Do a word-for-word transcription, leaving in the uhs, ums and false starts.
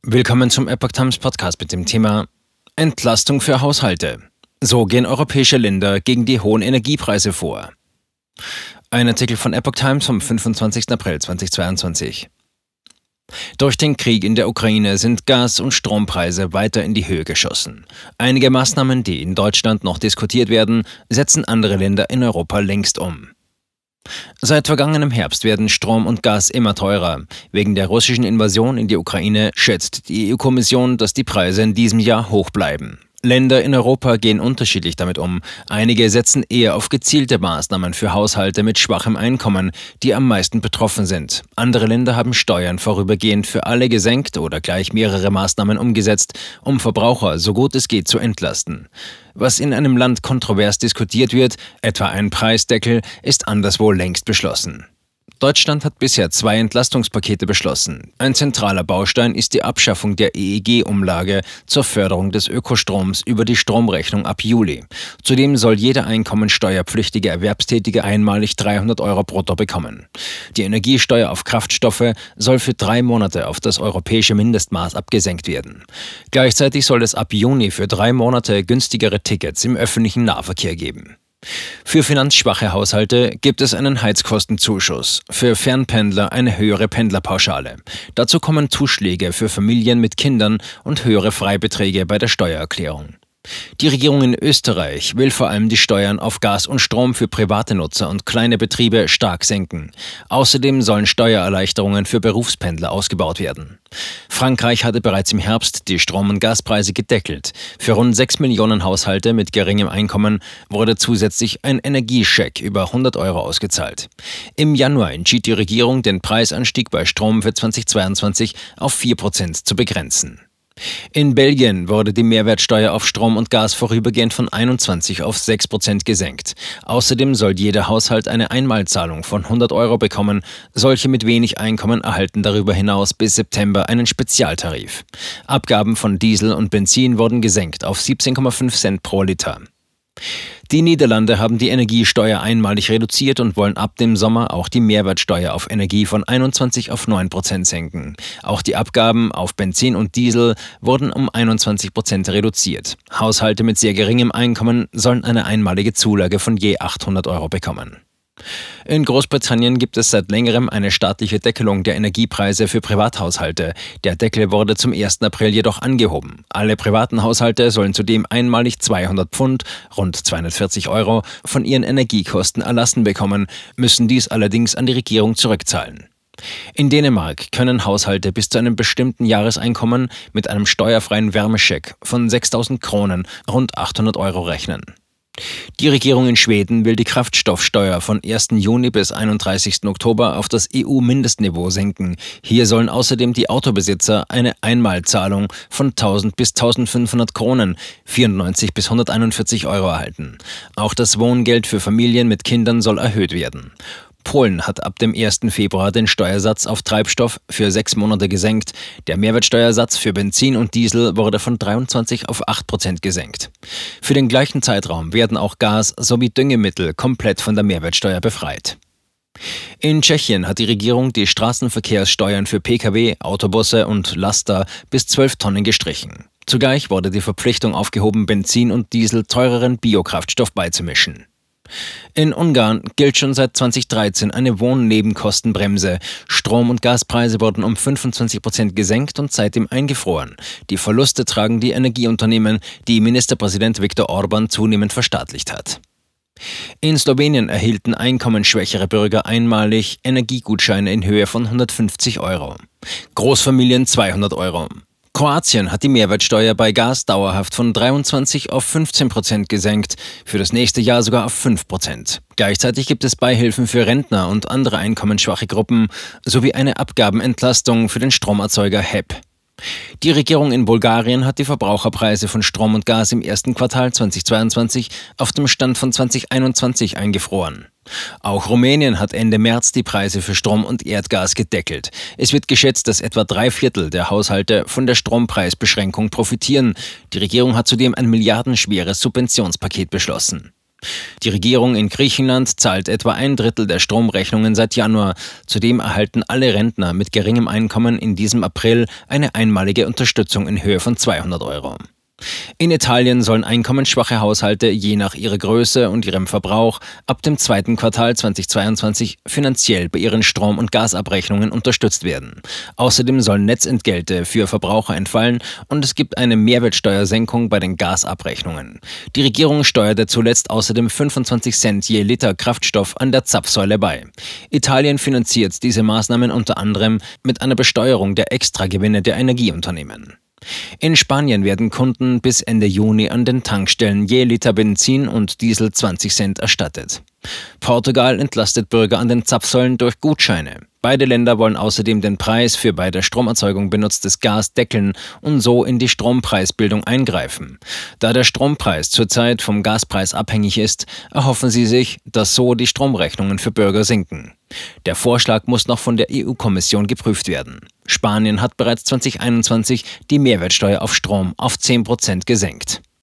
Willkommen zum Epoch Times Podcast mit dem Thema Entlastung für Haushalte. So gehen europäische Länder gegen die hohen Energiepreise vor. Ein Artikel von Epoch Times vom fünfundzwanzigsten April zweitausendzweiundzwanzig. Durch den Krieg in der Ukraine sind Gas- und Strompreise weiter in die Höhe geschossen. Einige Maßnahmen, die in Deutschland noch diskutiert werden, setzen andere Länder in Europa längst um. Seit vergangenem Herbst werden Strom und Gas immer teurer. Wegen der russischen Invasion in die Ukraine schätzt die E U-Kommission, dass die Preise in diesem Jahr hoch bleiben. Länder in Europa gehen unterschiedlich damit um. Einige setzen eher auf gezielte Maßnahmen für Haushalte mit schwachem Einkommen, die am meisten betroffen sind. Andere Länder haben Steuern vorübergehend für alle gesenkt oder gleich mehrere Maßnahmen umgesetzt, um Verbraucher so gut es geht zu entlasten. Was in einem Land kontrovers diskutiert wird, etwa ein Preisdeckel, ist anderswo längst beschlossen. Deutschland hat bisher zwei Entlastungspakete beschlossen. Ein zentraler Baustein ist die Abschaffung der E E G-Umlage zur Förderung des Ökostroms über die Stromrechnung ab Juli. Zudem soll jeder einkommensteuerpflichtige Erwerbstätige einmalig dreihundert Euro brutto bekommen. Die Energiesteuer auf Kraftstoffe soll für drei Monate auf das europäische Mindestmaß abgesenkt werden. Gleichzeitig soll es ab Juni für drei Monate günstigere Tickets im öffentlichen Nahverkehr geben. Für finanzschwache Haushalte gibt es einen Heizkostenzuschuss, für Fernpendler eine höhere Pendlerpauschale. Dazu kommen Zuschläge für Familien mit Kindern und höhere Freibeträge bei der Steuererklärung. Die Regierung in Österreich will vor allem die Steuern auf Gas und Strom für private Nutzer und kleine Betriebe stark senken. Außerdem sollen Steuererleichterungen für Berufspendler ausgebaut werden. Frankreich hatte bereits im Herbst die Strom- und Gaspreise gedeckelt. Für rund sechs Millionen Haushalte mit geringem Einkommen wurde zusätzlich ein Energiescheck über hundert Euro ausgezahlt. Im Januar entschied die Regierung, den Preisanstieg bei Strom für zweitausendzweiundzwanzig auf vier Prozent zu begrenzen. In Belgien wurde die Mehrwertsteuer auf Strom und Gas vorübergehend von einundzwanzig auf sechs Prozent gesenkt. Außerdem soll jeder Haushalt eine Einmalzahlung von hundert Euro bekommen. Solche mit wenig Einkommen erhalten darüber hinaus bis September einen Spezialtarif. Abgaben von Diesel und Benzin wurden gesenkt auf siebzehn Komma fünf Cent pro Liter. Die Niederlande haben die Energiesteuer einmalig reduziert und wollen ab dem Sommer auch die Mehrwertsteuer auf Energie von einundzwanzig auf neun Prozent senken. Auch die Abgaben auf Benzin und Diesel wurden um einundzwanzig Prozent reduziert. Haushalte mit sehr geringem Einkommen sollen eine einmalige Zulage von je achthundert Euro bekommen. In Großbritannien gibt es seit längerem eine staatliche Deckelung der Energiepreise für Privathaushalte. Der Deckel wurde zum ersten April jedoch angehoben. Alle privaten Haushalte sollen zudem einmalig zweihundert Pfund, rund zweihundertvierzig Euro, von ihren Energiekosten erlassen bekommen, müssen dies allerdings an die Regierung zurückzahlen. In Dänemark können Haushalte bis zu einem bestimmten Jahreseinkommen mit einem steuerfreien Wärmescheck von sechstausend Kronen, rund achthundert Euro rechnen. Die Regierung in Schweden will die Kraftstoffsteuer von ersten Juni bis einunddreißigsten Oktober auf das E U-Mindestniveau senken. Hier sollen außerdem die Autobesitzer eine Einmalzahlung von tausend bis eintausendfünfhundert Kronen, vierundneunzig bis hunderteinundvierzig Euro erhalten. Auch das Wohngeld für Familien mit Kindern soll erhöht werden. Polen hat ab dem ersten Februar den Steuersatz auf Treibstoff für sechs Monate gesenkt. Der Mehrwertsteuersatz für Benzin und Diesel wurde von dreiundzwanzig auf acht Prozent gesenkt. Für den gleichen Zeitraum werden auch Gas sowie Düngemittel komplett von der Mehrwertsteuer befreit. In Tschechien hat die Regierung die Straßenverkehrssteuern für Pkw, Autobusse und Laster bis zwölf Tonnen gestrichen. Zugleich wurde die Verpflichtung aufgehoben, Benzin und Diesel teureren Biokraftstoff beizumischen. In Ungarn gilt schon seit zweitausenddreizehn eine Wohnnebenkostenbremse. Strom- und Gaspreise wurden um fünfundzwanzig Prozent gesenkt und seitdem eingefroren. Die Verluste tragen die Energieunternehmen, die Ministerpräsident Viktor Orban zunehmend verstaatlicht hat. In Slowenien erhielten einkommensschwächere Bürger einmalig Energiegutscheine in Höhe von hundertfünfzig Euro. Großfamilien zweihundert Euro. Kroatien hat die Mehrwertsteuer bei Gas dauerhaft von dreiundzwanzig auf fünfzehn Prozent gesenkt, für das nächste Jahr sogar auf fünf Prozent. Gleichzeitig gibt es Beihilfen für Rentner und andere einkommensschwache Gruppen sowie eine Abgabenentlastung für den Stromerzeuger H E P. Die Regierung in Bulgarien hat die Verbraucherpreise von Strom und Gas im ersten Quartal zweitausendzweiundzwanzig auf dem Stand von zweitausendeinundzwanzig eingefroren. Auch Rumänien hat Ende März die Preise für Strom und Erdgas gedeckelt. Es wird geschätzt, dass etwa drei Viertel der Haushalte von der Strompreisbeschränkung profitieren. Die Regierung hat zudem ein milliardenschweres Subventionspaket beschlossen. Die Regierung in Griechenland zahlt etwa ein Drittel der Stromrechnungen seit Januar. Zudem erhalten alle Rentner mit geringem Einkommen in diesem April eine einmalige Unterstützung in Höhe von zweihundert Euro. In Italien sollen einkommensschwache Haushalte je nach ihrer Größe und ihrem Verbrauch ab dem zweiten Quartal zweitausendzweiundzwanzig finanziell bei ihren Strom- und Gasabrechnungen unterstützt werden. Außerdem sollen Netzentgelte für Verbraucher entfallen und es gibt eine Mehrwertsteuersenkung bei den Gasabrechnungen. Die Regierung steuerte zuletzt außerdem fünfundzwanzig Cent je Liter Kraftstoff an der Zapfsäule bei. Italien finanziert diese Maßnahmen unter anderem mit einer Besteuerung der Extragewinne der Energieunternehmen. In Spanien werden Kunden bis Ende Juni an den Tankstellen je Liter Benzin und Diesel zwanzig Cent erstattet. Portugal entlastet Bürger an den Zapfsäulen durch Gutscheine. Beide Länder wollen außerdem den Preis für bei der Stromerzeugung benutztes Gas deckeln und so in die Strompreisbildung eingreifen. Da der Strompreis zurzeit vom Gaspreis abhängig ist, erhoffen sie sich, dass so die Stromrechnungen für Bürger sinken. Der Vorschlag muss noch von der E U-Kommission geprüft werden. Spanien hat bereits zweitausendeinundzwanzig die Mehrwertsteuer auf Strom auf zehn Prozent gesenkt.